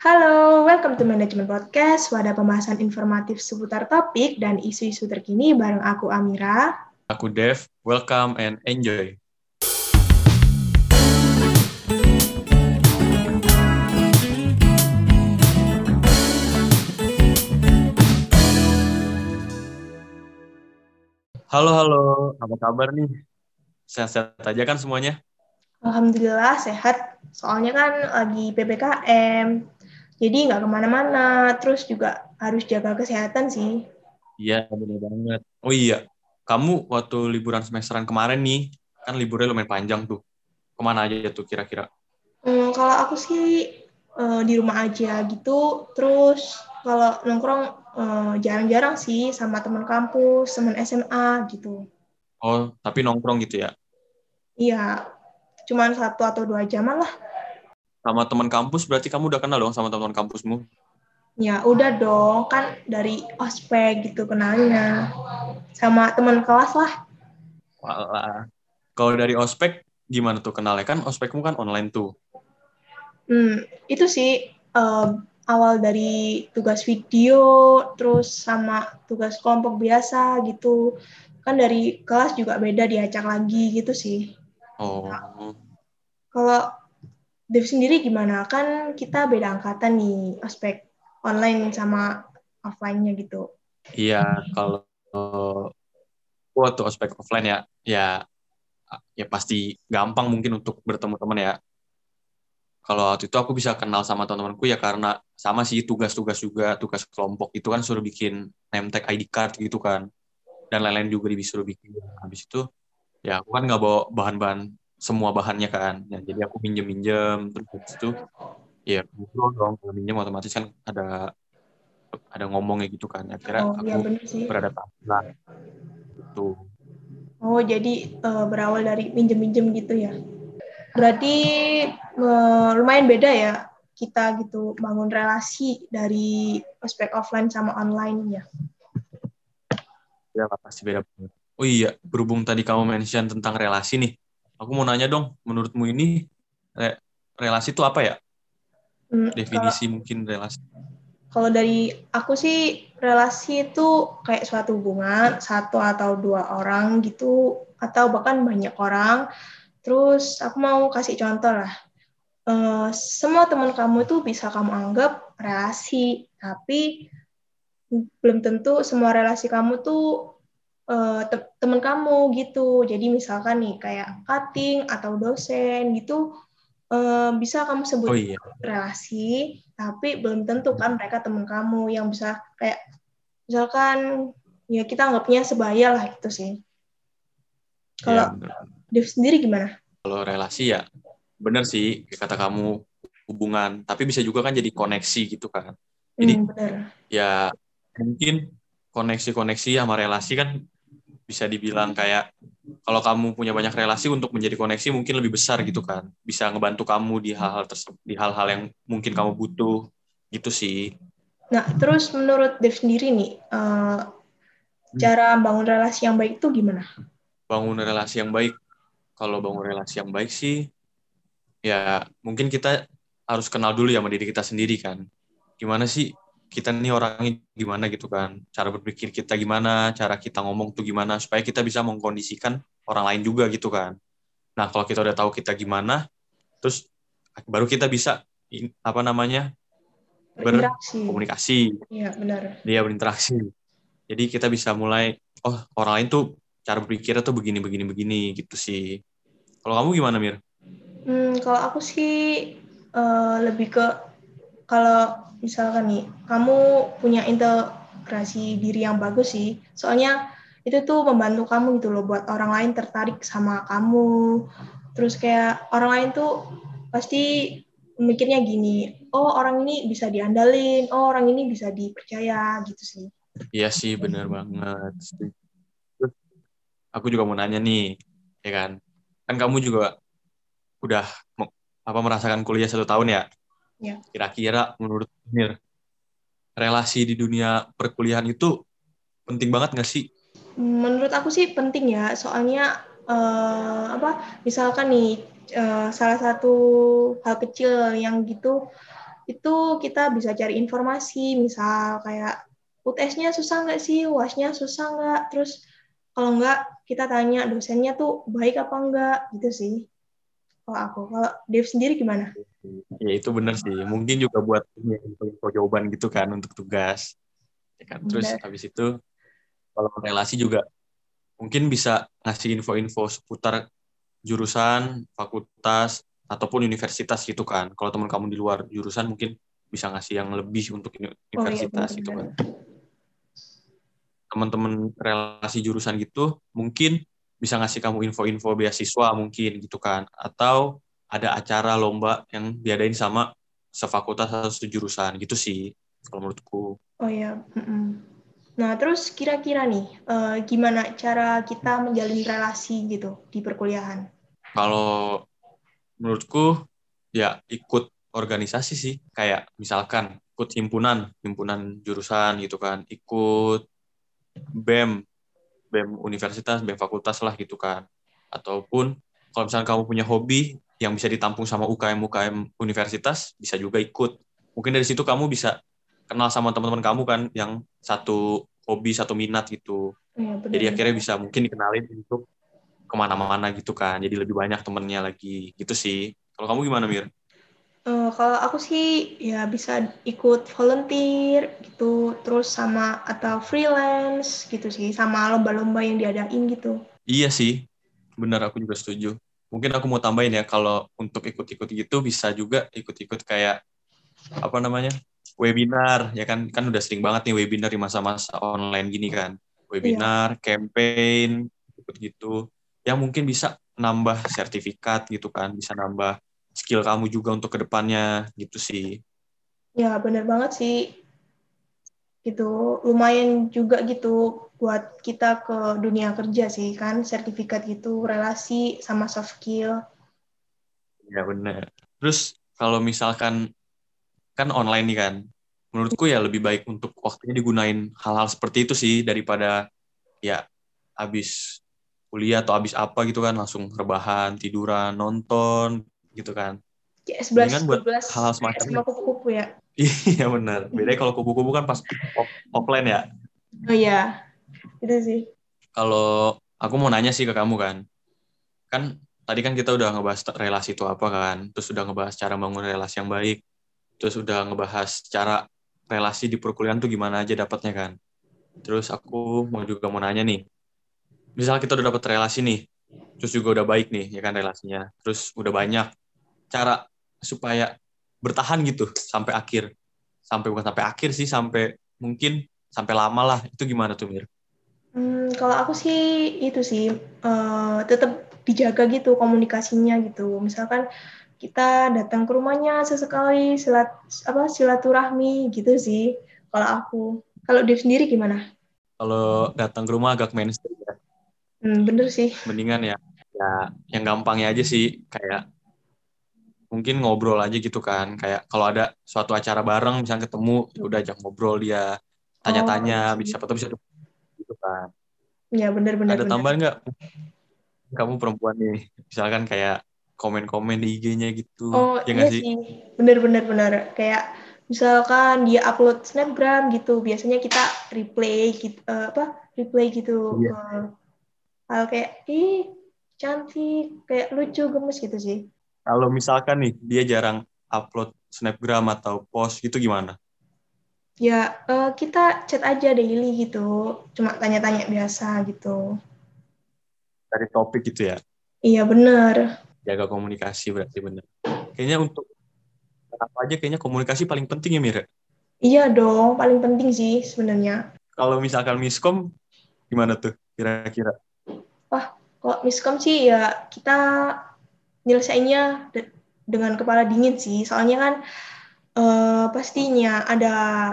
Halo, welcome to Management Podcast, wadah pembahasan informatif seputar topik dan isu-isu terkini bareng aku Amira. Aku Dev, welcome and enjoy. Halo, apa kabar nih? Sehat-sehat aja kan semuanya? Alhamdulillah sehat, soalnya kan lagi PPKM, jadi nggak kemana-mana, terus juga harus jaga kesehatan sih. Iya, benar banget. Oh iya, kamu waktu liburan semesteran kemarin nih, kan liburnya lumayan panjang tuh. Kemana aja tuh kira-kira? Kalau aku sih di rumah aja gitu, terus kalau nongkrong jarang-jarang sih sama teman kampus, teman SMA gitu. Oh, tapi nongkrong gitu ya? Iya, cuman 1 atau 2 jam lah. Sama teman kampus berarti kamu udah kenal dong sama teman kampusmu? Ya udah dong, kan dari ospek gitu kenalnya. Sama teman kelas lah. Walah. Kalau dari ospek, gimana tuh kenalnya? Kan ospekmu kan online tuh. Itu sih awal dari tugas video, terus sama tugas kelompok biasa gitu. Kan dari kelas juga beda diacak lagi gitu sih. Oh, Kalau Dev sendiri gimana? Kan kita beda angkatan nih, ospek online sama offline-nya gitu. iya, kalau waktu ospek offline ya pasti gampang mungkin untuk bertemu teman ya. Kalau waktu itu aku bisa kenal sama teman-temanku ya karena sama sih tugas-tugas juga, tugas kelompok itu kan suruh bikin name tag ID card gitu kan. Dan lain-lain juga disuruh bikin. Habis itu ya aku kan nggak bawa bahan-bahan semua bahannya kan. Ya, jadi aku minjem-minjem terus habis itu ya ngobrol dong. Kalau minjem otomatis kan ada ngomongnya gitu kan. Akhirnya Oh aku iya bener sih. beradaptasi lah gitu. Oh jadi berawal dari minjem-minjem gitu ya. Berarti lumayan beda ya kita gitu bangun relasi dari ospek offline sama online ya. Ya lah, pasti beda banget. Oh iya, berhubung tadi kamu mention tentang relasi nih, aku mau nanya dong, menurutmu ini relasi itu apa ya? Kalau Definisi mungkin relasi. kalau dari aku sih relasi itu kayak suatu hubungan 1 atau 2 orang gitu atau bahkan banyak orang. Terus aku mau kasih contoh lah. Semua teman kamu itu bisa kamu anggap relasi, tapi belum tentu semua relasi kamu tuh teman kamu gitu. Jadi misalkan nih kayak cutting atau dosen gitu bisa kamu sebut Oh iya. relasi, tapi belum tentu kan mereka teman kamu yang bisa kayak misalkan ya kita anggapnya sebaya lah gitu sih. Iya Kalau bener. Dev sendiri gimana? Kalau relasi ya bener sih kayak kata kamu hubungan, tapi bisa juga kan jadi koneksi gitu kan. Jadi Bener. ya mungkin koneksi-koneksi sama relasi kan bisa dibilang kayak kalau kamu punya banyak relasi untuk menjadi koneksi mungkin lebih besar gitu kan. Bisa ngebantu kamu di hal-hal di hal-hal yang mungkin kamu butuh gitu sih. Nah, terus menurut Dev sendiri nih, cara bangun relasi yang baik itu gimana? Bangun relasi yang baik. Kalau bangun relasi yang baik sih, ya mungkin kita harus kenal dulu ya sama diri kita sendiri kan. Gimana sih kita nih orangnya gimana gitu kan. Cara berpikir kita gimana, cara kita ngomong tuh gimana, supaya kita bisa mengkondisikan orang lain juga gitu kan. Nah kalau kita udah tahu kita gimana, terus baru kita bisa apa namanya Berinteraksi. berkomunikasi, Iya, benar. dia berinteraksi. Jadi kita bisa mulai, oh orang lain tuh cara berpikirnya tuh begini begini begini gitu sih. Kalau kamu gimana Mir? Kalau aku sih lebih ke kalau misalkan nih kamu punya integrasi diri yang bagus sih, soalnya itu tuh membantu kamu gitu loh buat orang lain tertarik sama kamu. Terus kayak orang lain tuh pasti mikirnya gini, oh orang ini bisa diandalin, oh orang ini bisa dipercaya gitu sih. Iya sih bener banget. Terus aku juga mau nanya nih, ya kan? Kan kamu juga udah merasakan kuliah 1 tahun ya? Ya. Kira-kira menurut Mir, relasi di dunia perkuliahan itu penting banget nggak sih? Menurut aku sih penting ya, soalnya misalkan nih salah satu hal kecil yang gitu itu kita bisa cari informasi, misal kayak UTS-nya susah nggak sih, UAS-nya susah nggak, terus kalau nggak kita tanya dosennya tuh baik apa enggak, gitu sih. Kalau Dev sendiri gimana? Ya itu benar sih. Mungkin juga buat info jawaban gitu kan untuk tugas. Ya kan. Terus Benar. habis itu kalau relasi juga mungkin bisa ngasih info-info seputar jurusan, fakultas, ataupun universitas gitu kan. Kalau teman kamu di luar jurusan mungkin bisa ngasih yang lebih untuk Oh iya, universitas gitu benar-benar. kan. Teman-teman relasi jurusan gitu mungkin bisa ngasih kamu info-info beasiswa mungkin gitu kan. Atau ada acara lomba yang diadain sama sefakultas atau sejurusan gitu sih kalau menurutku. Oh iya. Mm-mm. Nah, terus kira-kira nih, gimana cara kita menjalin relasi gitu di perkuliahan? Kalau menurutku ya ikut organisasi sih, kayak misalkan ikut himpunan jurusan gitu kan, ikut BEM, BEM universitas, BEM fakultas lah gitu kan. Ataupun kalau misalnya kamu punya hobi yang bisa ditampung sama UKM-UKM universitas, bisa juga ikut. Mungkin dari situ kamu bisa kenal sama teman-teman kamu kan yang satu hobi, satu minat gitu. Oh iya, Jadi akhirnya benar-benar. bisa mungkin dikenalin untuk kemana-mana gitu kan. Jadi lebih banyak temennya lagi gitu sih. Kalau kamu gimana, Mir? Kalau aku sih ya bisa ikut volunteer gitu, terus sama atau freelance gitu sih, sama lomba-lomba yang diadain gitu. Iya sih, benar aku juga setuju. Mungkin aku mau tambahin ya, kalau untuk ikut-ikut gitu bisa juga ikut-ikut kayak apa namanya webinar ya kan kan udah sering banget nih webinar di masa-masa online gini kan Iya, webinar campaign ikut gitu yang mungkin bisa nambah sertifikat gitu kan bisa nambah skill kamu juga untuk kedepannya gitu sih. ya benar banget sih. Gitu, lumayan juga gitu buat kita ke dunia kerja sih kan, sertifikat gitu, relasi sama soft skill. Ya benar. Terus kalau misalkan kan online nih kan menurutku ya lebih baik untuk waktunya digunain hal-hal seperti itu sih daripada ya habis kuliah atau habis apa gitu kan langsung rebahan, tiduran, nonton gitu kan. Kayak 11 Mendingan buat 12 hal-hal kayak semacam sama ini. kupu-kupu ya. Iya benar. Bedanya kalau kupu-kupu kan pas offline ya. Oh iya, itu sih. Kalau aku mau nanya sih ke kamu kan. Kan tadi kan kita udah ngebahas relasi itu apa kan. Terus udah ngebahas cara bangun relasi yang baik. Terus udah ngebahas cara relasi di perkuliahan tuh gimana aja dapatnya kan. Terus aku mau nanya nih. Misal kita udah dapat relasi nih. Terus juga udah baik nih ya kan relasinya. Terus udah banyak cara supaya bertahan gitu sampai akhir. Sampai bukan sampai akhir sih, sampai mungkin sampai lama lah. Itu gimana tuh, Mir? Kalau aku sih itu sih tetap dijaga gitu komunikasinya gitu. Misalkan kita datang ke rumahnya sesekali silaturahmi gitu sih. Kalau aku, kalau Dev sendiri gimana? Kalau datang ke rumah agak mainstream ya. Bener sih. Mendingan ya, ya yang gampangnya aja sih. Kayak mungkin ngobrol aja gitu kan. Kayak kalau ada suatu acara bareng, misalnya ketemu, ya udah ajak ngobrol dia. Oh Tanya-tanya, iya sih. bisa siapa tahu bisa gitu kan. Ya benar-benar Ada benar. tambahan nggak? Kamu perempuan nih. Misalkan kayak komen-komen di IG-nya gitu. Oh Ya iya nggak sih? sih, benar-benar benar. Kayak misalkan dia upload snapgram gitu, biasanya kita replay gitu, replay gitu Iya. ke hal kayak ih cantik, kayak lucu, gemes gitu sih. Kalau misalkan nih, dia jarang upload snapgram atau post gitu gimana? Ya kita chat aja daily gitu, cuma tanya-tanya biasa gitu. Dari topik gitu ya. Iya benar. Jaga komunikasi berarti bener. Kayaknya untuk apa aja kayaknya komunikasi paling penting ya Mira. Iya dong, paling penting sih sebenarnya. Kalau misalkan miskom gimana tuh kira-kira? Wah, kalau miskom sih ya kita nyelesainnya dengan kepala dingin sih. Soalnya kan pastinya ada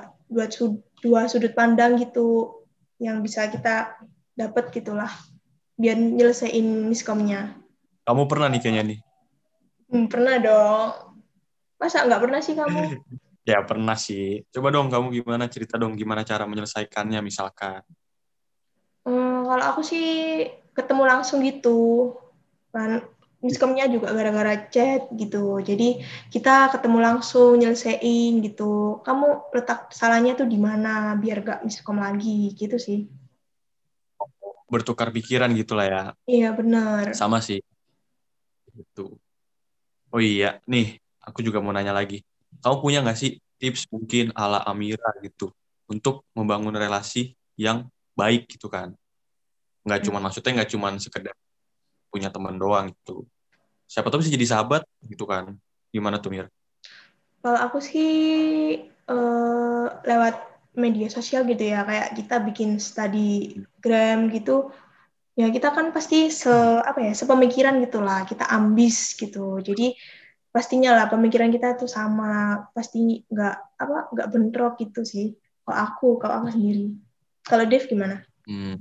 dua sudut pandang gitu yang bisa kita dapat gitulah biar nyelesain miskomnya. Kamu pernah nih kayaknya nih. Pernah dong. Masa nggak pernah sih kamu? Ya pernah sih. Coba dong kamu gimana cerita dong gimana cara menyelesaikannya misalkan. Kalau aku sih ketemu langsung gitu kan. miskomnya juga gara-gara chat gitu. Jadi kita ketemu langsung nyelesain gitu. Kamu letak salahnya tuh di mana biar gak miskom lagi gitu sih. Bertukar pikiran gitu lah ya. Iya benar. Sama sih. Gitu. Oh iya, nih aku juga mau nanya lagi. Kamu punya nggak sih tips mungkin ala Amira gitu untuk membangun relasi yang baik gitu kan? Maksudnya nggak cuman sekedar punya teman doang gitu. Siapa tahu bisa jadi sahabat gitu kan? Gimana tuh Mir? Kalau aku sih lewat media sosial gitu ya, kayak kita bikin studygram gitu. Ya kita kan pasti apa ya, sepemikiran gitulah, kita ambis gitu. Jadi pastinya lah pemikiran kita tuh sama, pasti nggak bentrok gitu sih. Kalau aku sendiri. Kalau Dev gimana? Hmm,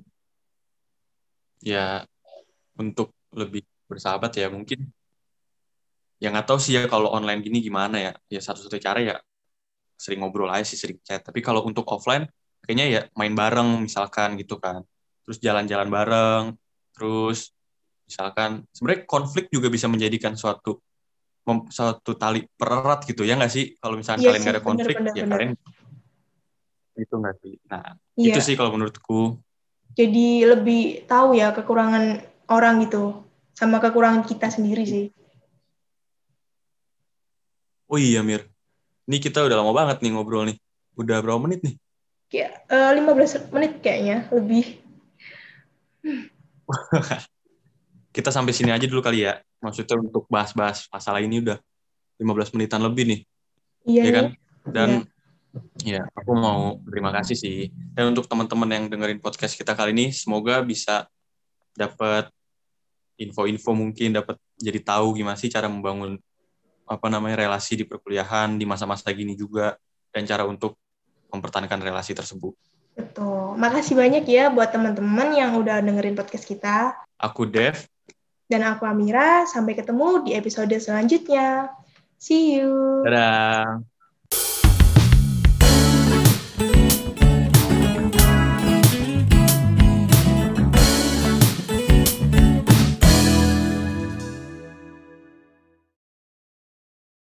ya untuk lebih bersahabat ya mungkin ya nggak tahu sih ya kalau online gini gimana ya. Ya satu-satu cara ya sering ngobrol aja sih, sering chat. Tapi kalau untuk offline kayaknya ya main bareng misalkan gitu kan. Terus jalan-jalan bareng, terus misalkan sebenarnya konflik juga bisa menjadikan suatu tali pererat gitu ya nggak sih? Kalau misalkan Iya kalian sih, nggak ada bener konflik bener ya bener. kalian itu nggak sih? Nah itu sih Iya, kalau menurutku. jadi lebih tahu ya kekurangan orang gitu, sama kekurangan kita sendiri sih. Oh iya Mir, ini kita udah lama banget nih ngobrol nih. Udah berapa menit nih? Kayak 15 menit kayaknya, lebih. Kita sampai sini aja dulu kali ya. Maksudnya untuk bahas-bahas masalah ini udah 15 menitan lebih nih, Iya ya nih, kan? iya. Dan ya, aku mau terima kasih sih. Dan untuk teman-teman yang dengerin podcast kita kali ini, semoga bisa dapat info-info mungkin, dapat jadi tahu gimana sih cara membangun relasi di perkuliahan di masa-masa gini juga, dan cara untuk mempertahankan relasi tersebut. Betul. Makasih banyak ya buat teman-teman yang udah dengerin podcast kita. Aku Dev. Dan aku Amira. Sampai ketemu di episode selanjutnya. See you. Dadah.